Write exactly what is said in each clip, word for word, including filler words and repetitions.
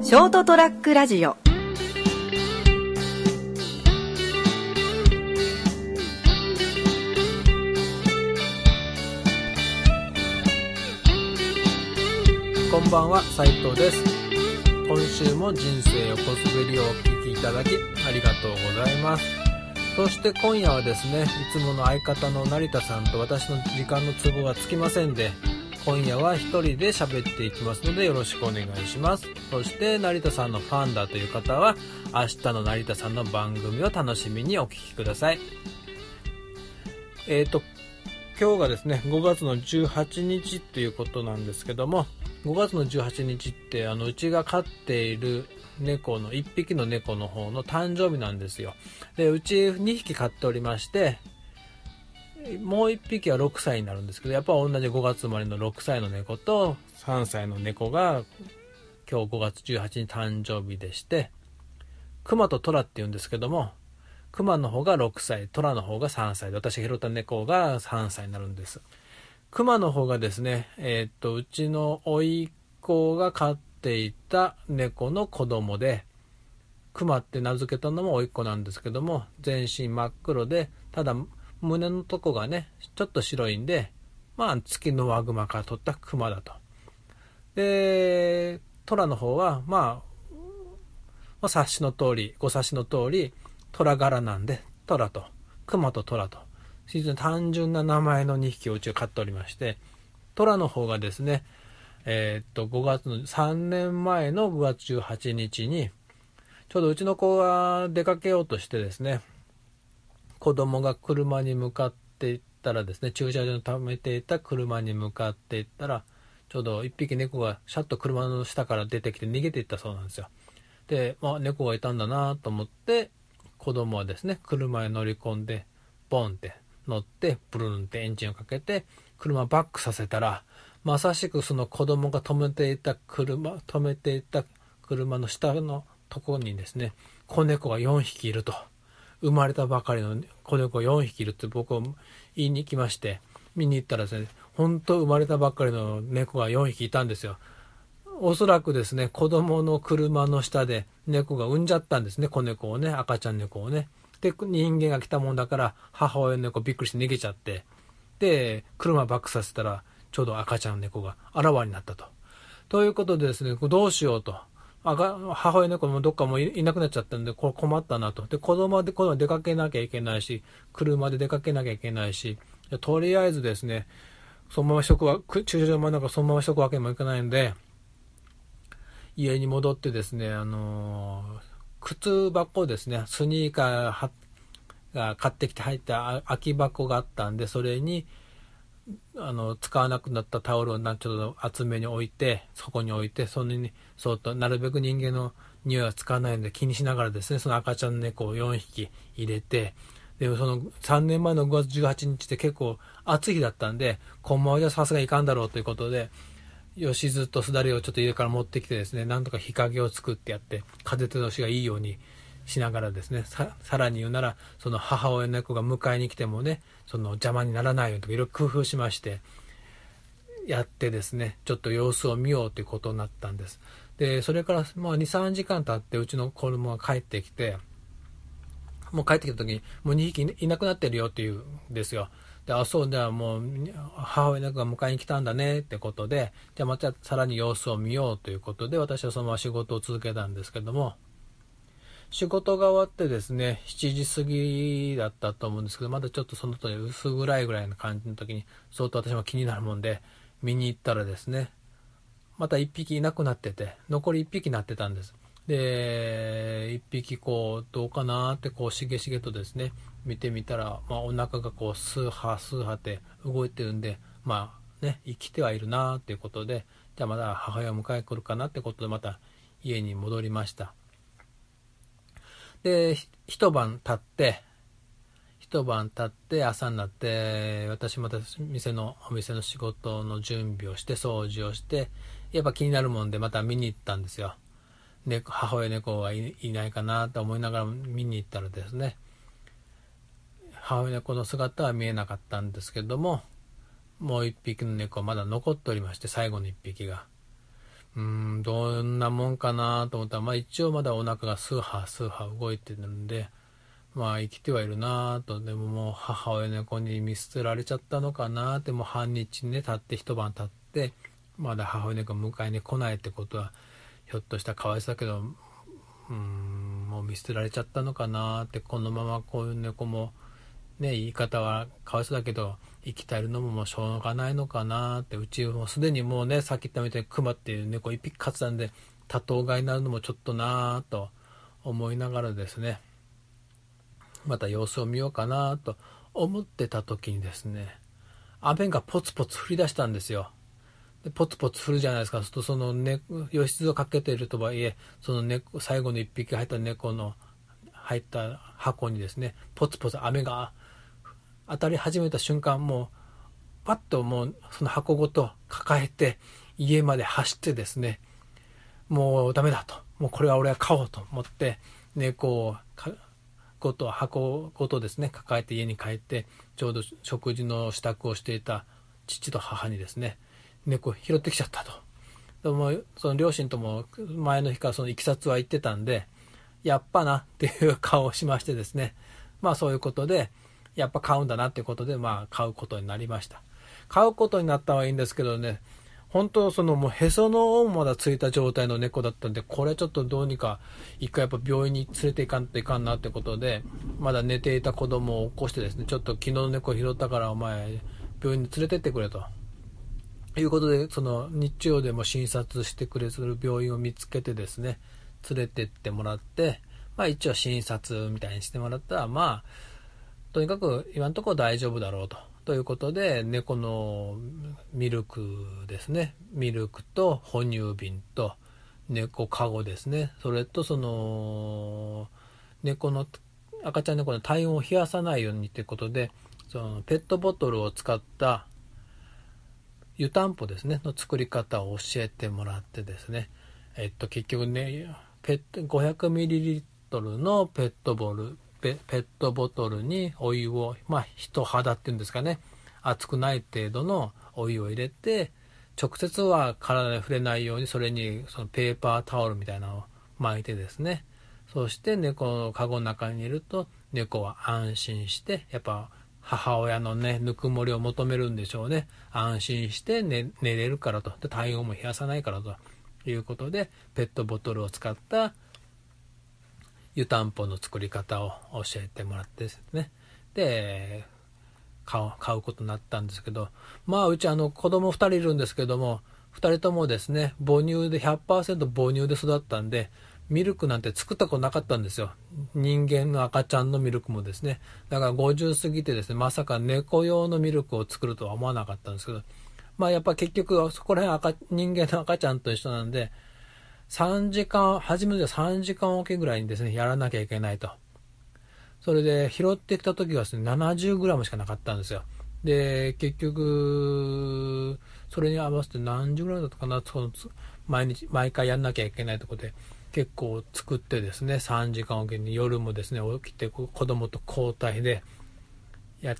ショートトラックラジオ。 こんばんは、斉藤です。今週も人生横滑りをお聞きいただきありがとうございます。そして今夜はですね、いつもの相方の成田さんと私の時間の都合がつきませんで、今夜は一人で喋っていきますのでよろしくお願いします。そして成田さんのファンだという方は明日の成田さんの番組を楽しみにお聞きください。えーと今日がですねごがつのじゅうはちにちということなんですけども、ごがつのじゅうはちにちってあのうちが飼っている猫のいっぴきの猫の方の誕生日なんですよ。でうちにひき飼っておりまして、もういっぴきはろくさいになるんですけど、やっぱ同じごがつ生まれのろくさいの猫とさんさいの猫が今日ごがつじゅうはちにち誕生日でして、クマとトラって言うんですけども、クマの方がろくさい、トラの方がさんさいで、私が拾った猫がさんさいになるんです。クマの方がですね、えー、っとうちの甥っ子が飼っていた猫の子供で、クマって名付けたのも甥っ子なんですけども、全身真っ黒で、ただ胸のとこがねちょっと白いんで、まあ月のワグマから取ったクマだと。でトラの方は、まあ、まあ察しの通りご察しの通りトラ柄なんで、トラとクマとトラと非常に単純な名前のにひきをうちを飼っておりまして、トラの方がですね、えー、っとごがつのさんねんまえのごがつじゅうはちにちにちょうどうちの子が出かけようとしてですね、子供が車に向かっていったらですね、駐車場に止めていた車に向かっていったら、ちょうどいっぴき猫がシャッと車の下から出てきて逃げていったそうなんですよ。で、まあ、猫がいたんだなと思って、子供はですね車へ乗り込んでボンって乗ってブルーンってエンジンをかけて車をバックさせたら、まさしくその子供が止めていた車止めていた車の下のところにですね、子猫がよんひきいると。生まれたばかりの子猫がよんひきいるって僕を言いに来まして、見に行ったらですね、本当生まれたばかりの猫がよんひきいたんですよ。おそらくですね、子供の車の下で猫が産んじゃったんですね、子猫をね、赤ちゃん猫をね。で人間が来たもんだから母親の猫びっくりして逃げちゃって、で車バックさせたらちょうど赤ちゃん猫があらわになったと。ということでですね、どうしようと、母親猫もどっかもいなくなっちゃったんで、これ困ったなと。で子供はで子供は出かけなきゃいけないし、車で出かけなきゃいけないし、とりあえずですね、そのまましとくわ、駐車場真ん中そのまましとくわけにもいかないんで、家に戻ってですね、あのー、靴箱ですね、スニーカーが買ってきて入った空き箱があったんで、それにあの使わなくなったタオルをちょっと厚めに置いて、そこに置いて、それにそうとなるべく人間の匂いは使わないので気にしながらですね、その赤ちゃん猫をよんひき入れて、でそのさんねんまえのごがつじゅうはちにちって結構暑い日だったんで、このままじゃさすがにいかんだろうということで、吉津とすだれをちょっと家から持ってきてですね、なんとか日陰を作ってやって、風通しがいいようにしながらですね、 さ, さらに言うなら、その母親の猫が迎えに来てもね、その邪魔にならないようにとかいろいろ工夫しましてやってですね、ちょっと様子を見ようということになったんです。でそれからまあにさんじかん経ってうちの子供が帰ってきて、もう帰ってきた時にもうにひきいなくなってるよっていうんですよ。で、あ、そう、じゃあもう母親が迎えに来たんだねってことで、じゃあまたさらに様子を見ようということで、私はそのまま仕事を続けたんですけども、仕事が終わってですね、しちじ過ぎだったと思うんですけど、まだちょっとその時薄暗いぐらいの感じの時に相当私も気になるもんで見に行ったらですね、またいっぴきいなくなってて、残りいっぴきになってたんです。でいっぴきこうどうかなってこうしげしげとですね見てみたら、まあ、お腹がこうスーハースーハーって動いてるんで、まあね生きてはいるなっていうことで、じゃあまだ母親を迎え来るかなってことでまた家に戻りました。で一晩経って一晩経って朝になって、私また店のお店の仕事の準備をして掃除をして、やっぱ気になるもんでまた見に行ったんですよ。で母親猫が い, いないかなと思いながら見に行ったらですね、母親猫の姿は見えなかったんですけども、もう一匹の猫はまだ残っておりまして、最後の一匹がうーん、どんなもんかなと思ったら、まあ一応まだお腹がスーハースーハー動いてるんで、まあ生きてはいるなと。でももう母親猫に見捨てられちゃったのかなって、もう半日ね、経って一晩経って、まだ母親猫迎えに来ないってことは、ひょっとしたらかわいそうだけど、うーん、もう見捨てられちゃったのかなって、このままこういう猫も、ね、言い方はかわいそうだけど、生きているのももうしょうがないのかなって、うちもすでにもうね、さっき言ったみたいにクマっていう猫一匹飼ってたんで、多頭飼いになるのもちょっとなぁと思いながらですね、また様子を見ようかなと思ってた時にですね、雨がポツポツ降り出したんですよ。でポツポツ降るじゃないですか。そうするとその猫、予湿をかけているとはいえ、その猫、最後の一匹入った猫の入った箱にですね、ポツポツ雨が当たり始めた瞬間、もうパッともうその箱ごと抱えて家まで走ってですね、もうダメだと、もうこれは俺は飼おうと思って猫をごと箱ごとですね抱えて家に帰って、ちょうど食事の支度をしていた父と母にですね、猫拾ってきちゃったと。でもその両親とも前の日からそのいきさつは言ってたんで、やっぱなっていう顔をしましてですね、まあそういうことでやっぱ買うんだなっていうことで、まあ買うことになりました。買うことになったはいいんですけどね、本当そのもうへその緒まだついた状態の猫だったんで、これちょっとどうにか一回やっぱ病院に連れていかんといかんなってことで、まだ寝ていた子供を起こしてですね、ちょっと昨日の猫拾ったからお前病院に連れてってくれということで、その日曜でも診察してくれる病院を見つけてですね、連れてってもらって、まあ一応診察みたいにしてもらったら、まあとにかく今のところ大丈夫だろうと。ということで、猫のミルクですね。ミルクと哺乳瓶と猫カゴですね。それとその、猫の、赤ちゃん猫の体温を冷やさないようにということで、そのペットボトルを使った湯たんぽですね、の作り方を教えてもらってですね。えっと、結局ね、ペット、ごひゃくミリリットルのペットボル、ペットボトルにお湯を、まあ人肌っていうんですかね、熱くない程度のお湯を入れて、直接は体に触れないように、それにそのペーパータオルみたいなのを巻いてですね、そして猫のカゴの中にいると猫は安心して、やっぱ母親のねぬくもりを求めるんでしょうね。安心して寝、寝れるからと、で体温も冷やさないからということで、ペットボトルを使った湯たんぽの作り方を教えてもらってですね、で買う、買うことになったんですけど、まあうちあの子供ふたりいるんですけども、ふたりともですね母乳で ひゃくパーセント 母乳で育ったんで、ミルクなんて作ったことなかったんですよ。人間の赤ちゃんのミルクもですね。だからごじゅう過ぎてですね、まさか猫用のミルクを作るとは思わなかったんですけど、まあやっぱ結局そこら辺赤人間の赤ちゃんと一緒なんで、さんじかん、初めてさんじかんおきぐらいにですね、やらなきゃいけないと。それで拾ってきた時はですね、ななじゅうグラムしかなかったんですよ。で、結局、それに合わせて何十グラムだったかな、その毎日、毎回やんなきゃいけないところで、結構作ってですね、さんじかんおきに夜もですね、起きて子供と交代でやって、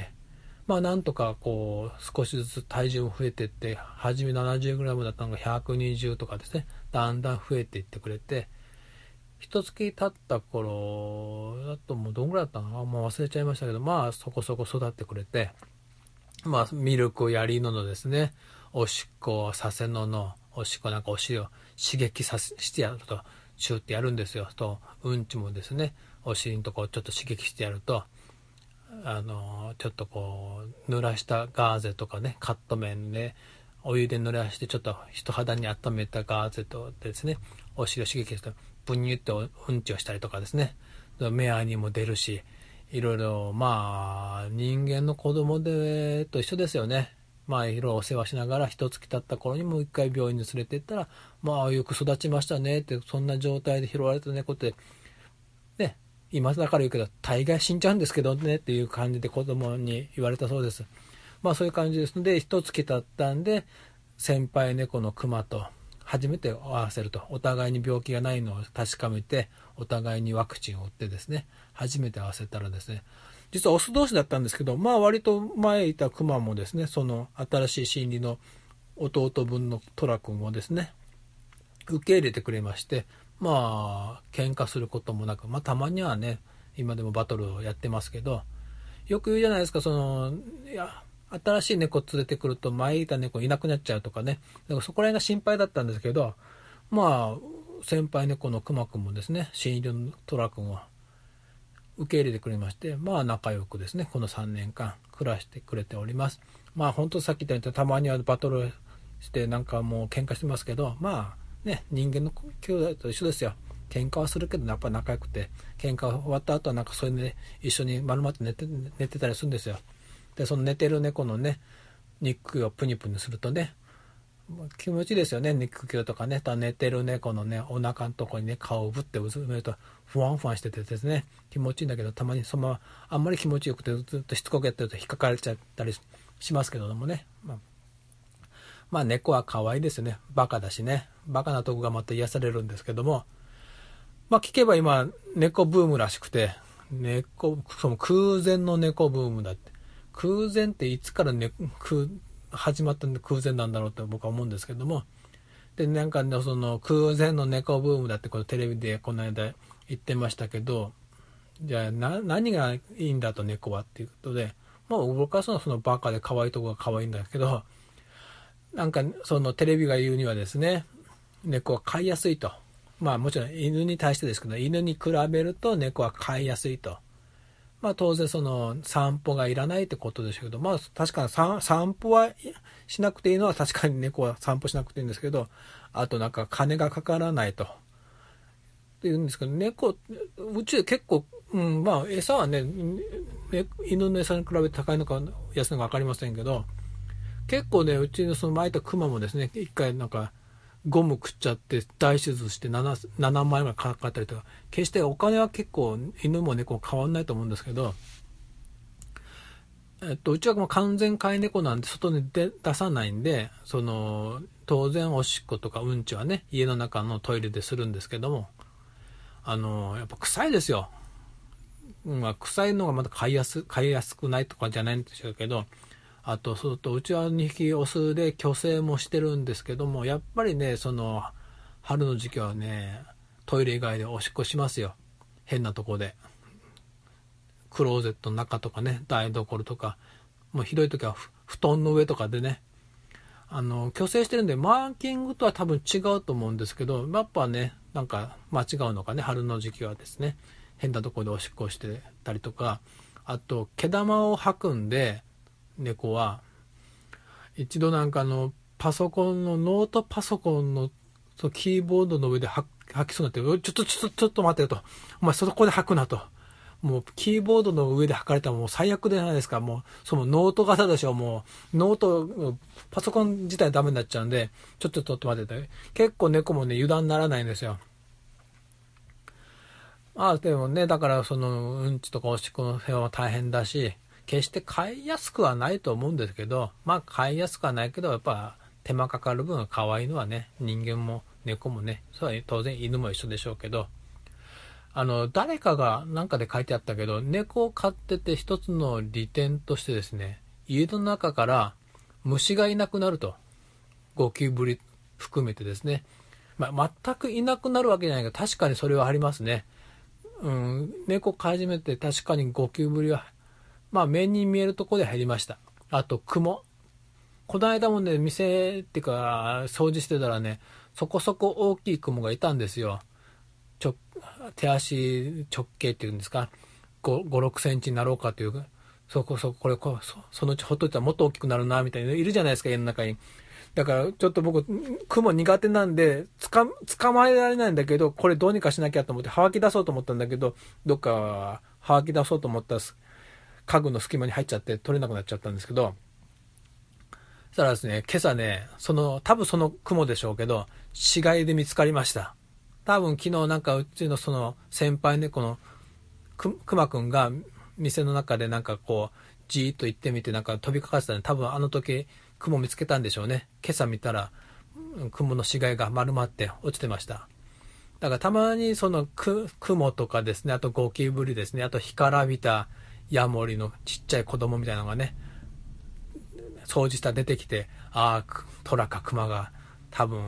まあなんとかこう少しずつ体重も増えていって、初め ななじゅうグラム だったのがひゃくにじゅうとかですね、だんだん増えていってくれて、一月経った頃だともうどんぐらいだったのかな、もう忘れちゃいましたけど、まあそこそこ育ってくれて、まあミルクをやりののですね、おしっこをさせのの、おしっこなんかお尻を刺激させしてやると、シューってやるんですよ。とうんちもですね、お尻のとこをちょっと刺激してやると、あのちょっとこう濡らしたガーゼとかね、カット面でお湯で濡らしてちょっと人肌に温めたガーゼとですね、お尻を刺激するとブニュってうんちをしたりとかですね、目合にも出るし、いろいろ、まあ人間の子供でと一緒ですよね。まあいろいろお世話しながら一月経った頃にもう一回病院に連れて行ったら、まあよく育ちましたねって、そんな状態で拾われた猫ってね、今だから言うけど大概死んじゃうんですけどねっていう感じで子供に言われたそうです。まあそういう感じですので、一月経ったんで先輩猫のクマと初めて合わせると、お互いに病気がないのを確かめて、お互いにワクチンを打ってですね、初めて合わせたらですね、実はオス同士だったんですけど、まあ割と前いたクマもですね、その新しい新理の弟分のトラ君をですね、 受け入れてくれまして、まあ喧嘩することもなく、まあたまにはね、今でもバトルをやってますけど、よく言うじゃないですか、その、いや、新しい猫連れてくると前いた猫いなくなっちゃうとかね。だからそこら辺が心配だったんですけど、まあ、先輩猫のくまくんもですね、親友のトラくんを受け入れてくれまして、まあ仲良くですね、このさんねんかん暮らしてくれております。まあ本当さっき言ったようにたまにはバトルしてなんかもう喧嘩してますけど、まあね、人間の兄弟と一緒ですよ。喧嘩はするけどやっぱ仲良くて、喧嘩終わった後はなんかそれで一緒に丸まって寝て寝てたりするんですよ。でその寝てる猫のね肉をプニプニするとね気持ちいいですよね。肉球とかね、寝てる猫のねお腹のとこにね顔をぶってうずめるとふわんふわんしててですね、気持ちいいんだけど、たまにそのままあんまり気持ちよくてずっとしつこくやってると引っかかれちゃったりしますけどもね、まあまあ猫は可愛いですね。バカだしね。バカなとこがまた癒されるんですけども、まあ聞けば今猫ブームらしくて、猫、その空前の猫ブームだって。空前っていつから、ね、空始まった空前なんだろうと僕は思うんですけども、でなんか、ね、その空前の猫ブームだってこのテレビでこの間言ってましたけど、じゃあな何がいいんだと猫はっていうことで、まあ僕はそのそのバカで可愛いとこが可愛いんだけど、なんかそのテレビが言うにはですね、猫は飼いやすいと。まあもちろん犬に対してですけど、犬に比べると猫は飼いやすいと。まあ当然その散歩がいらないってことでしょうけど、まあ確かに散歩はしなくていいのは確かに猫は散歩しなくていいんですけど、あとなんか金がかからないと。っていうんですけど、猫、うちで結構、うん、まあ餌はね、犬の餌に比べて高いのか安いのか分かりませんけど、結構ね、うちのその巻いたクマもですね、一回なんかゴム食っちゃって大手術して 7, ななまん円ぐらいかかったりとか、決してお金は結構犬も猫も変わんないと思うんですけど、えっと、うちはもう完全飼い猫なんで外に出さないんで、その当然おしっことかうんちはね家の中のトイレでするんですけども、あのやっぱ臭いですよ。まあ、臭いのがまた飼いやす飼いやすくないとかじゃないんでしょうけど、あとそうとうちはにひきオスで去勢もしてるんですけども、やっぱりねその春の時期はねトイレ以外でおしっこしますよ。変なとこでクローゼットの中とかね、台所とか、もうひどい時は布団の上とかでね、あの去勢してるんでマーキングとは多分違うと思うんですけど、やっぱねなんか間違うのかね、春の時期はですね変なところでおしっこしてたりとか、あと毛玉を吐くんで猫は一度なんかあのパソコンのノートパソコンのそのキーボードの上で吐きそうになって、ちょっとちょっとちょっと待ってよと、お前そこで吐くなと、もうキーボードの上で吐かれたらもう最悪じゃないですか。もうそのノート型でしょ、もうノートパソコン自体ダメになっちゃうんで、ちょっとちょっと待ってて、結構猫もね油断ならないんですよ。ああでもね、だからそのうんちとかおしっこの世話は大変だし、決して飼いやすくはないと思うんですけど、まあ飼いやすくはないけど、やっぱ手間かかる分可愛いのはね、人間も猫もね、それは当然犬も一緒でしょうけど、あの誰かが何かで書いてあったけど、猫を飼ってて一つの利点としてですね、家の中から虫がいなくなると、ゴキブリ含めてですね、まあ、全くいなくなるわけじゃないけど、確かにそれはありますね。うん、猫飼い始めて確かにゴキブリは、まあ、目に見えるところで減りました。あとクモ、この間もね店っていうか掃除してたらね、そこそこ大きいクモがいたんですよ。ちょ手足直径っていうんですか、ごろくセンチになろうかという、そこそここれこ そ, そのうちほっといたらもっと大きくなるなみたいな、いるじゃないですか家の中に。だからちょっと僕クモ苦手なんでつか捕まえられないんだけど、これどうにかしなきゃと思って吐き出そうと思ったんだけど、どっか吐き出そうと思った家具の隙間に入っちゃって取れなくなっちゃったんですけど、そしたらですね、今朝ね、その多分そのクモでしょうけど死骸で見つかりました。多分昨日なんかうちのその先輩猫のくくまくんが店の中でなんかこうじーっと行ってみてなんか飛びかかってたんで、多分あの時クモ見つけたんでしょうね。今朝見たらクモの死骸が丸まって落ちてました。だからたまにそのクモとかですね、あとゴキブリですね、あと干からびたヤモリのちっちゃい子供みたいなのがね掃除したら出てきて、ああトラかクマが多分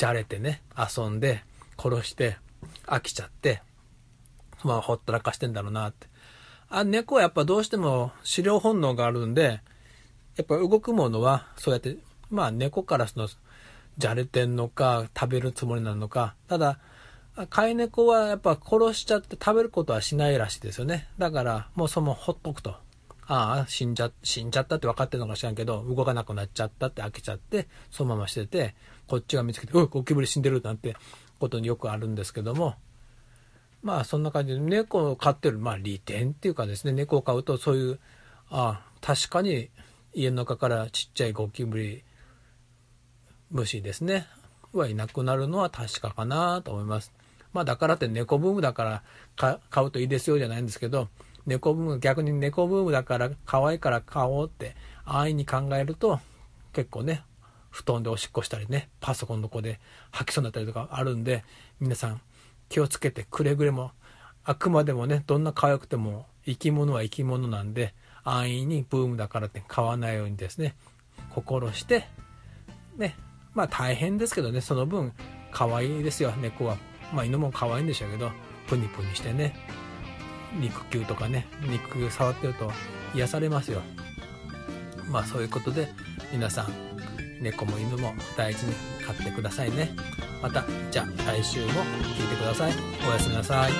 じゃれてね、遊んで、殺して、飽きちゃって、まあ、ほったらかしてんだろうなって。あ、猫はやっぱどうしても狩猟本能があるんで、やっぱ動くものは、そうやって、まあ、猫からその、じゃれてんのか、食べるつもりなのか。ただ、飼い猫はやっぱ殺しちゃって食べることはしないらしいですよね。だから、もうそのほっとくと。ああ、死んじゃ、死んじゃったって分かってるのか知らんけど、動かなくなっちゃったって飽きちゃって、そのまましてて、こっちが見つけて、うっ、ゴキブリ死んでるなんてことによくあるんですけども、まあそんな感じで、猫を飼ってる、まあ利点っていうかですね、猫を飼うとそういう、ああ、確かに家の中からちっちゃいゴキブリ、虫ですね、はいなくなるのは確かかなと思います。まあだからって猫ブームだから買うといいですよじゃないんですけど、猫ブーム、逆に猫ブームだから可愛いから買おうって安易に考えると結構ね、布団でおしっこしたりね、パソコンの子で吐きそうになったりとかあるんで、皆さん気をつけて、くれぐれもあくまでもね、どんな可愛くても生き物は生き物なんで、安易にブームだからって買わないようにですね、心してね、まあ大変ですけどね、その分可愛いですよ、猫は。まあ犬も可愛いんでしょうけど、プニプニしてね、肉球とかね、肉球触ってると癒されますよ。まあそういうことで、皆さん猫も犬も大事に飼ってくださいね。またじゃあ来週も聞いてください。おやすみなさい。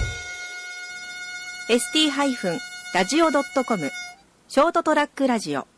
エスティー ラジオ ドットコム ショートトラックラジオ